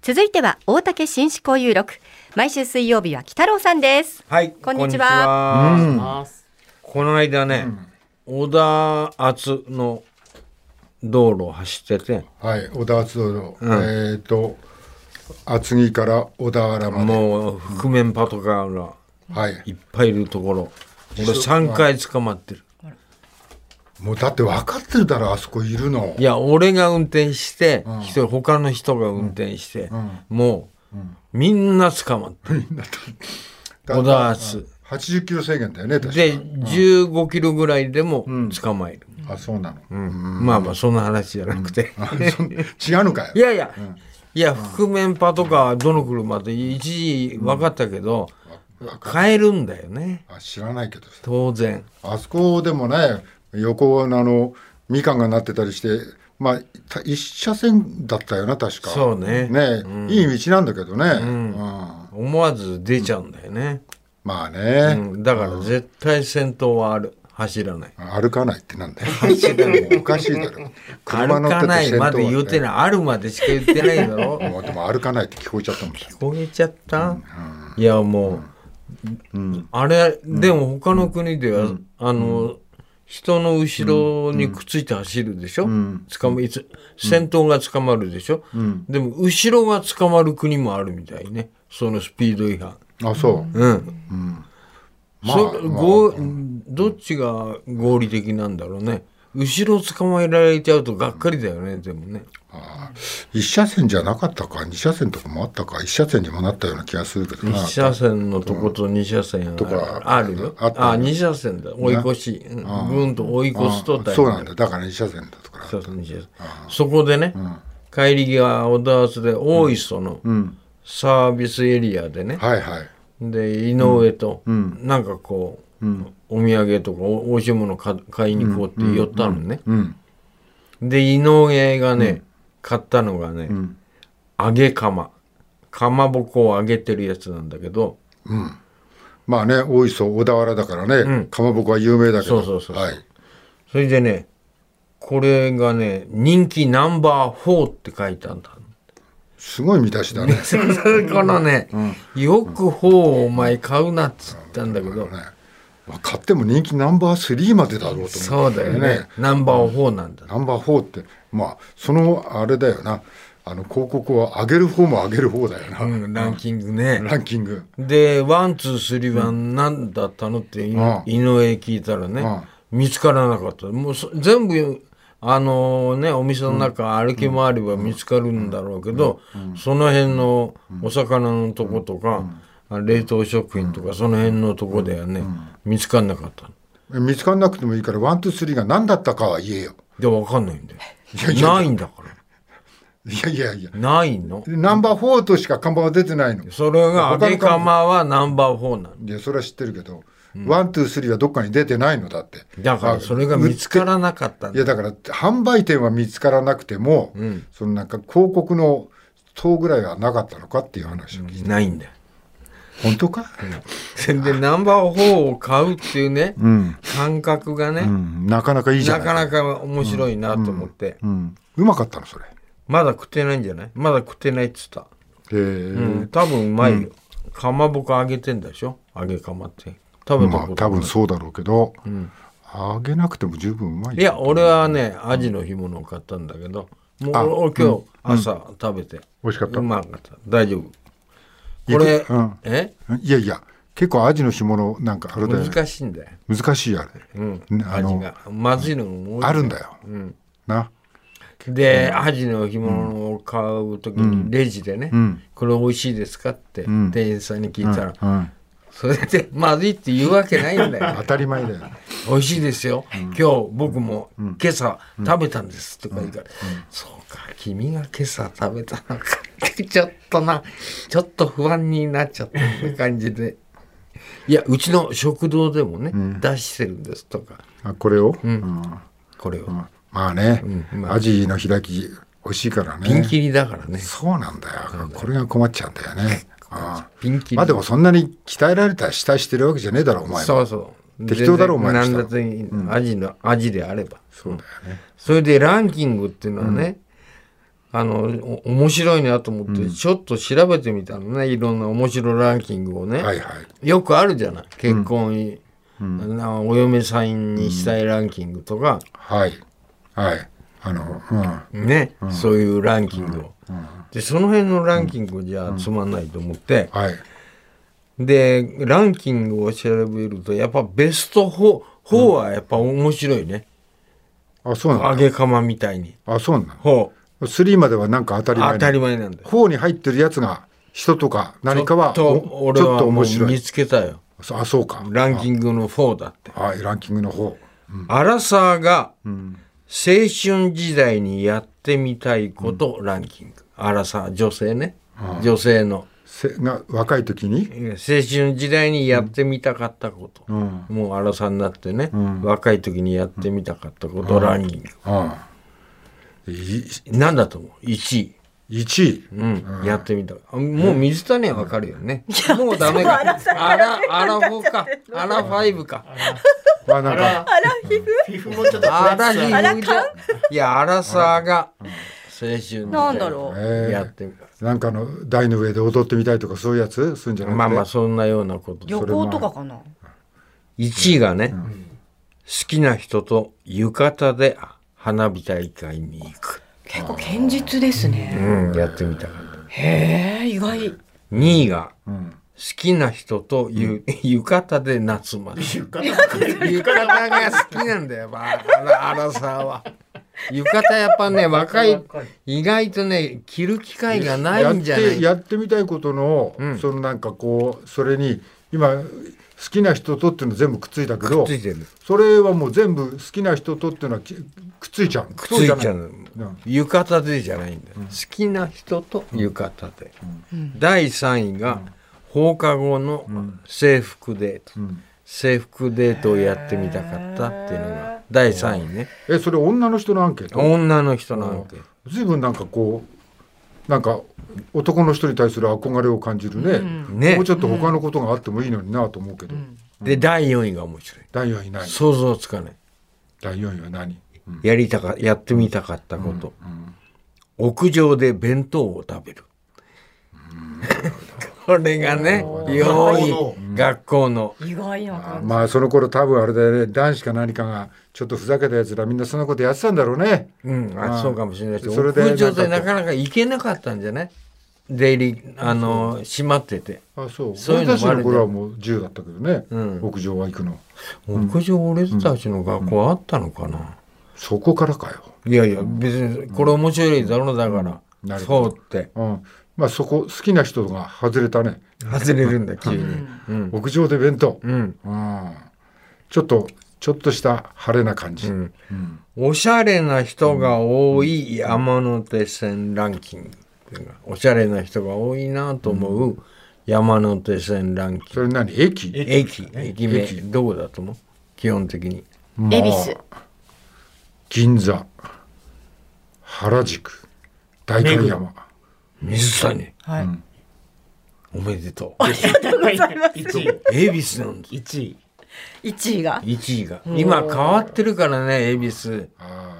続いては大竹紳士交遊録。毎週水曜日は北郎さんです。 はい、 こんにちは。 この間ね、小田厚の道路を走ってて、 はい、小田厚道路、厚木から小田原まで、 もう覆面パトカーがいっぱいいるところ、俺3回捕まってる。 もうだって分かってるだろ、あそこいるの。 いや、俺が運転して、他の人が運転して、もう、みんな捕まってる。小田厚。 80キロ制限だよね、確かで、15キロぐらいでも捕まえる。 あ、そうなの。 まあまあ、そんな話じゃなくて。 違うのかよ。 いやいや、いや、覆面パトカーどの車って一時分かったけど、変えるんだよね。 知らないけどさ。 当然。 あそこでもね、横のみかんがなってたりして、まあ一車線だったよな、確か。 そうね。 いい道なんだけどね。 思わず出ちゃうんだよね。 まあね。 だから絶対先頭は走らない。 歩かないってなんだよ。 走らない。 おかしいだろ。 歩かないまで言ってない。あるまでしか言ってないだろ。 でも歩かないって聞こえちゃったもん。 聞こえちゃった？いやもう、あれ、でも他の国では、人の後ろにくっついて走るでしょ、先頭が捕まるでしょ、でも後ろが捕まる国もあるみたいね、そのスピード違反。 あ、そう。 どっちが合理的なんだろうね。後ろ捕まえられちゃうとがっかりだよね、でもね。 一車線じゃなかったか、二車線とかもあったか、一車線にもなったような気がするけどな。 一車線のとこと二車線あるよ。二車線だ。追い越し。ぐんと追い越すと大変。 そうなんだ。だから二車線だとか。 そこでね、帰り際、小田厚で大磯のサービスエリアでね、で、井上と、なんかこう、お土産とかおいしいもの買いに行こうって寄ったのね。で、井上がね、買ったのがね、揚げ釜。かまぼこを揚げてるやつなんだけど。 まあね、大磯、小田原だからね、かまぼこは有名だけど。 そう。それでね、これがね、人気ナンバー4って書いてあるんだ。 すごい見出しだね。 このね、よく4をお前買うなっつったんだけど。 買っても人気ナンバー3までだろうと思って。 そうだよね。ナンバー4なんだ。 ナンバー4って、まあ、あれだよな。広告は上げる方も上げる方だよな。 ランキングね。 ランキング。 で、1、2、3は何だったのって井上聞いたらね、見つからなかった。もう全部、お店の中歩き回れば見つかるんだろうけど、その辺のお魚のとことか、冷凍食品とかその辺のとこではね、見つかんなかった。 見つかんなくてもいいから、1、2、3が何だったかは言えよ。 で、分かんないんだよ。ないんだから。 いや。 ないの？ ナンバー4としか看板は出てないの。 それが揚げ釜はナンバー4なの。 いや、それは知ってるけど、1、2、3はどっかに出てないのだって。 だからそれが見つからなかったんだ。 いや、だから販売店は見つからなくても、そのなんか広告の塔ぐらいはなかったのかっていう話を聞いて。 ないんだよ。 本当か？ で、ナンバー4を買うっていうね、感覚がね、 なかなかいいじゃない。 なかなか面白いなと思って。 うまかったの、それ。 まだ食ってないんじゃない？まだ食ってないっつった。多分うまいよ。かまぼこ揚げてんでしょ？揚げ釜って。食べたことない。 多分そうだろうけど、揚げなくても十分うまい。 いや、俺はね、アジの干物を買ったんだけど、もう俺今日朝食べて。 美味しかった。 うまかった。大丈夫。これ、 いや、結構アジの干物なんかあれだよ。 難しいんだよ。 難しいあれ。 味が。まずいのも多い。 あるんだよ。な。 で、アジの干物を買うときにレジでね、これ美味しいですかって店員さんに聞いたら、それでまずいって言うわけないんだよ。 当たり前だよ。 美味しいですよ。今日僕も今朝食べたんですとか言うから、そうか、君が今朝食べたのかってちょっと不安になっちゃった感じで。いや、うちの食堂でもね、出してるんですとか。 これを？ これを。 まあね、アジの開き美味しいからね。 ピンキリだからね。 そうなんだよ。これが困っちゃうんだよね。 ピンキリ。 まあでもそんなに鍛えられた死体してるわけじゃねえだろお前。 そう。 適当だろお前。 なんだってアジであれば。 そうだよね。 それでランキングっていうのはね、 面白いなと思ってちょっと調べてみたのね、いろんな面白ランキングをね、 はいはい、 よくあるじゃない、結婚、お嫁さんにしたいランキングとか、 はいはいね、そういうランキングを、でその辺のランキングじゃつまんないと思って、 はい、 でランキングを調べるとやっぱベスト4はやっぱ面白いね、 あ、そうなんだ。 揚げ釜みたいに。 あ、そうなんだ。 4 3まではなんか当たり前。 当たり前なんだよ。 4に入ってるやつが人とか何かは俺はもう見つけたよ。 あ、そうか。 ランキングの4だって。 はい、ランキングの方。 アラサーが青春時代にやってみたいことランキング。アラサー、女性ね。女性の。 が若い時に青春時代にやってみたかったこと。もうアラサーになってね、若い時にやってみたかったことランキング。なんだと思う ?1 位。 1位、 やってみた。もう水谷はわかるよね。もうダメか。アラ4か。アラ5か。 まあなんかアラフィフフィフもちょっとアラフフィフじゃ。いや、アラサーが青春時なんだろ代やってみた。 なんかの台の上で踊ってみたいとかそういうやつするんじゃなくて、 まあまあそんなようなこと。 旅行とかかな。 1位がね、好きな人と浴衣で花火大会に行く。 結構堅実ですね。 やってみたかった。 へえ、意外。 2位が、好きな人と浴衣で夏まで。浴衣が好きなんだよ、アラサーは。浴衣やっぱね、若い、意外とね、着る機会がないんじゃない。 やってみたいことの、そのなんかこう、それに、今、好きな人とっていうの全部くっついたけど、 くっついてる。 それはもう全部好きな人とっていうのはくっついちゃう。 くっついちゃう。浴衣でじゃないんだよ。好きな人と浴衣で。第3位が、放課後の制服デート。制服デートをやってみたかったっていうのが第3位ね。 それ女の人のアンケート？ 女の人のアンケート。 随分なんかこう、なんか男の人に対する憧れを感じるね。もうちょっと他のことがあってもいいのになと思うけど。 で、第4位が面白い。 第4位何？ 想像つかない。 第4位は何？ やってみたかったこと。屋上で弁当を食べる。これがね、4位、学校の。 意外な感じ。 まあその頃多分あれだよね、男子か何かがちょっっとふざけたやつらみんなそんなことやってたんだろうね。 そうかもしれないし、 それで屋上でなかなか行けなかったんじゃない？出入り閉まってて。 そう。 そういうのもあるんだよ。 俺たちの頃はもう自由だったけどね、屋上は行くの。 屋上俺たちの学校あったのかな。 そこからかよ。 いやいや別にこれ面白いだろうだから。そうって。 まあそこ好きな人が外れたね。 外れるんだ急に。 屋上で弁当。ちょっとした晴れな感じ。 おしゃれな人が多い山手線ランキングっていうのがおしゃれな人が多いなと思う山手線ランキング。 それ何？駅名どこだと思う？基本的に恵比寿、 銀座、原宿、代官山、 水谷。 はい。 おめでとう。 ありがとうございます。 恵比寿なんです。 1位が今変わってるからね、恵比寿。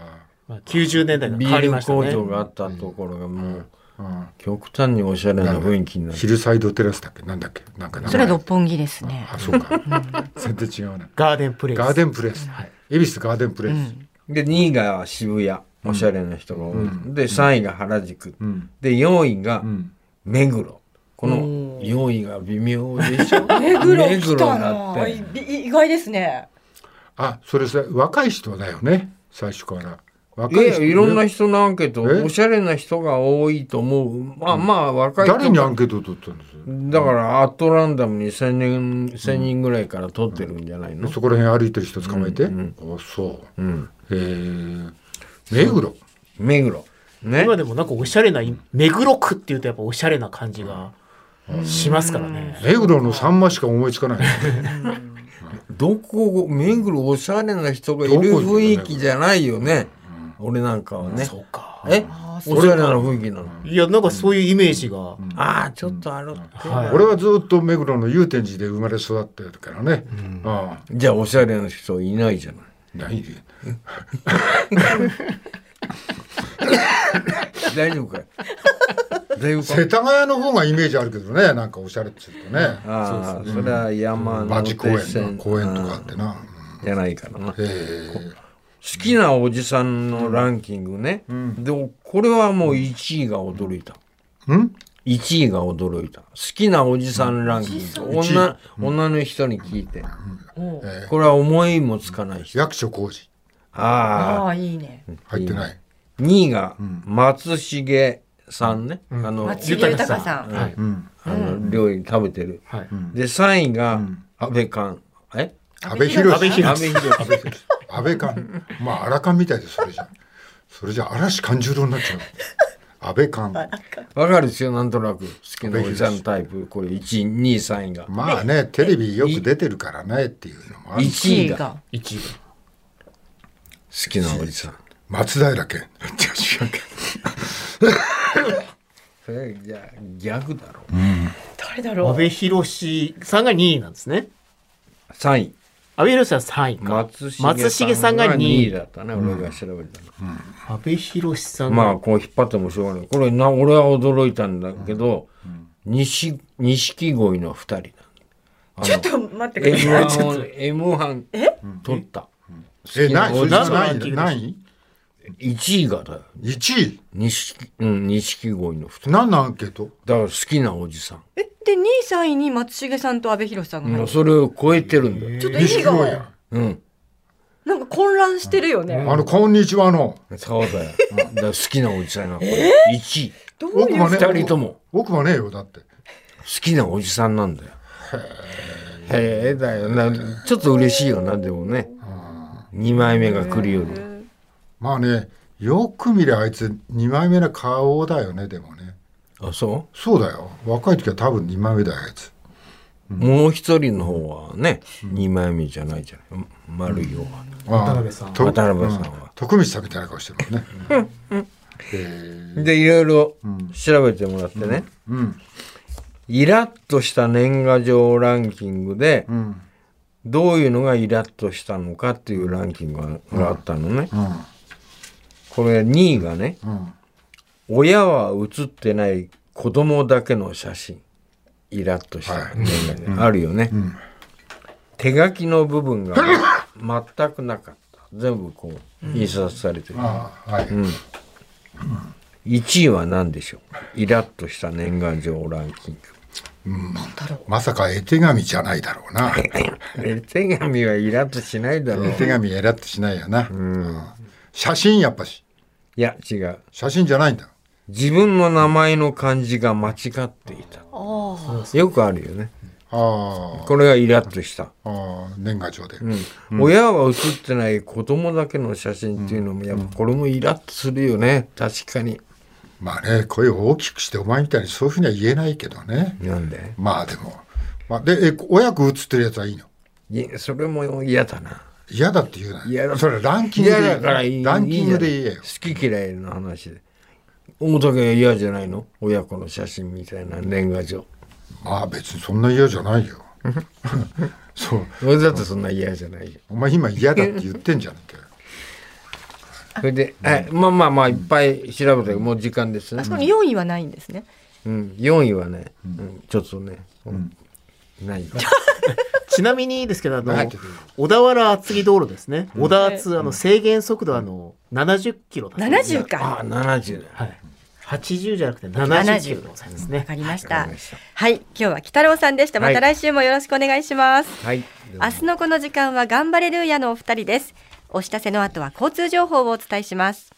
90年代がビ変わりールましたね。 工場があったところがもう極端におしゃれな雰囲気になる。 ヒルサイドテラスだっけ、なんだっけ、なんかそれは六本木ですね。 そうか。全然違うな。 ガーデンプレイス。 ガーデンプレイス。恵比寿ガーデンプレイス。 で2位が渋谷、おしゃれな人が多い。で3位が原宿。で4位が目黒。この4位が微妙でしょ。 目黒来ただって。 意外ですね。 それさ、若い人だよね、最初から。 いろんな人のアンケート、おしゃれな人が多いと思う。まあ若い人。 誰にアンケートを取ったんですだからアットランダムに1000人ぐらいから取ってるんじゃないの？ そこら辺歩いてる人捕まえて。そう。目黒。 ね。 今でもなんかおしゃれな目黒区っていうとやっぱおしゃれな感じがしますからね。 目黒のサンマしか思いつかない。 目黒おしゃれな人がいる雰囲気じゃないよね。俺なんかはね。 そうか。 おしゃれな雰囲気なの。 いやなんかそういうイメージが。 ちょっとある。 俺はずっと目黒の祐天寺で生まれ育ってるからね。 じゃあおしゃれな人いないじゃない。 ないで。 大丈夫かい。大丈夫か。 世田谷の方がイメージあるけどね、なんかおしゃれって言うとね。 ああ、それは山町公手線園とかあってな。 じゃないからな。 へえ。 好きなおじさんのランキングね。でもこれはもう1位が驚いた。1位が驚いた。好きなおじさんランキング。女の人に聞いて。これは思いもつかない人。 役所広司。 ああ、いいね。 入ってない。 2位が松重さんね。 松重豊さん。 料理食べてる。で、3位が安倍寛。 安倍博士。 安倍寛。まあ、荒勘みたいで、それじゃ嵐勘十郎になっちゃう。安倍寛。 わかるですよ、なんとなく。好きなおじさんタイプ。これ1位、2位、3位が。 まあね、テレビよく出てるからねっていうのもある。 1位が。 1位が。 好きなおじさん。 松平健。違うけど。 それギャグだろ。 誰だろう。 安倍博さんが2位なんですね。 3位。 安倍博さん3位か。松重さんが2位だったね、俺が調べたの。 安倍博さんまあこう引っ張ってもしょうがない。これ俺は驚いたんだけど、錦鯉の2人だ。 ちょっと待ってください。 M1 取った。 何位 ?1 位がだよ。 1位錦鯉の2人。 何のアンケート？ だから好きなおじさん。 で、2位、3位に松重さんと阿部寛さんが入る。 それを超えてるんだよ。 ちょっと意味が。 うん。 なんか混乱してるよね。 こんにちはの。 そうだよ。だから好きなおじさんがこれ1位。 どういう 2人とも。 奥はねえよ、だって。 好きなおじさんなんだよ。へえだよな。ちょっと嬉しいよな、でもね。2枚目が来るより。 まあね、よく見りゃあいつ2枚目の顔だよね、でもね。 あ、そうそうだよ。若い時は多分2枚目だよ、あいつ。 もう一人の方はね、2枚目じゃないじゃない。丸い方は。 渡辺さん。 渡辺さんは。 徳光さんみたいな顔してるもんね。 で、いろいろ調べてもらってね。イラッとした年賀状ランキングで、どういうのがイラッとしたのかっていうランキングがあったのね。これ2位がね、親は写ってない子供だけの写真。イラッとした年賀状あるよね。手書きの部分が全くなかった。全部こう印刷されてる。1位は何でしょう。イラッとした年賀状ランキング。 まさか絵手紙じゃないだろうな。 絵手紙はイラッとしないだろう。 絵手紙イラッとしないよな。写真やっぱし。 いや違う。 写真じゃないんだ。 自分の名前の漢字が間違っていた。よくあるよね。これがイラッとした。 年賀状で、 親は写ってない子供だけの写真っていうのもやっぱこれもイラッとするよね。確かに。 まあね、声を大きくしてお前みたいにそういうふうには言えないけどね。 なんで？ まあでも、で親子写ってるやつはいいの？ それも嫌だな。 嫌だって言うな。 嫌だ。 それランキングで。 嫌だからいい。 ランキングで言えよ。 好き嫌いの話で。大竹は嫌じゃないの？親子の写真みたいな年賀状。 まあ別にそんな嫌じゃないよ。そう。 俺だってそんな嫌じゃないよ。 お前今嫌だって言ってんじゃねえかよ。 それで、まあいっぱい調べたけどもう時間ですね。 そこに4位はないんですね。 4位はね、ちょっとね、ない。 ちなみにですけど小田原厚木道路ですね。小田厚制限速度70キロだ。 70か。 70。 はい。80じゃなくて70キロでございますね。 わかりました。はい、今日は北郎さんでした。また来週もよろしくお願いします。 はい。 明日のこの時間は頑張れルーヤのお二人です。お知らせの後は交通情報をお伝えします。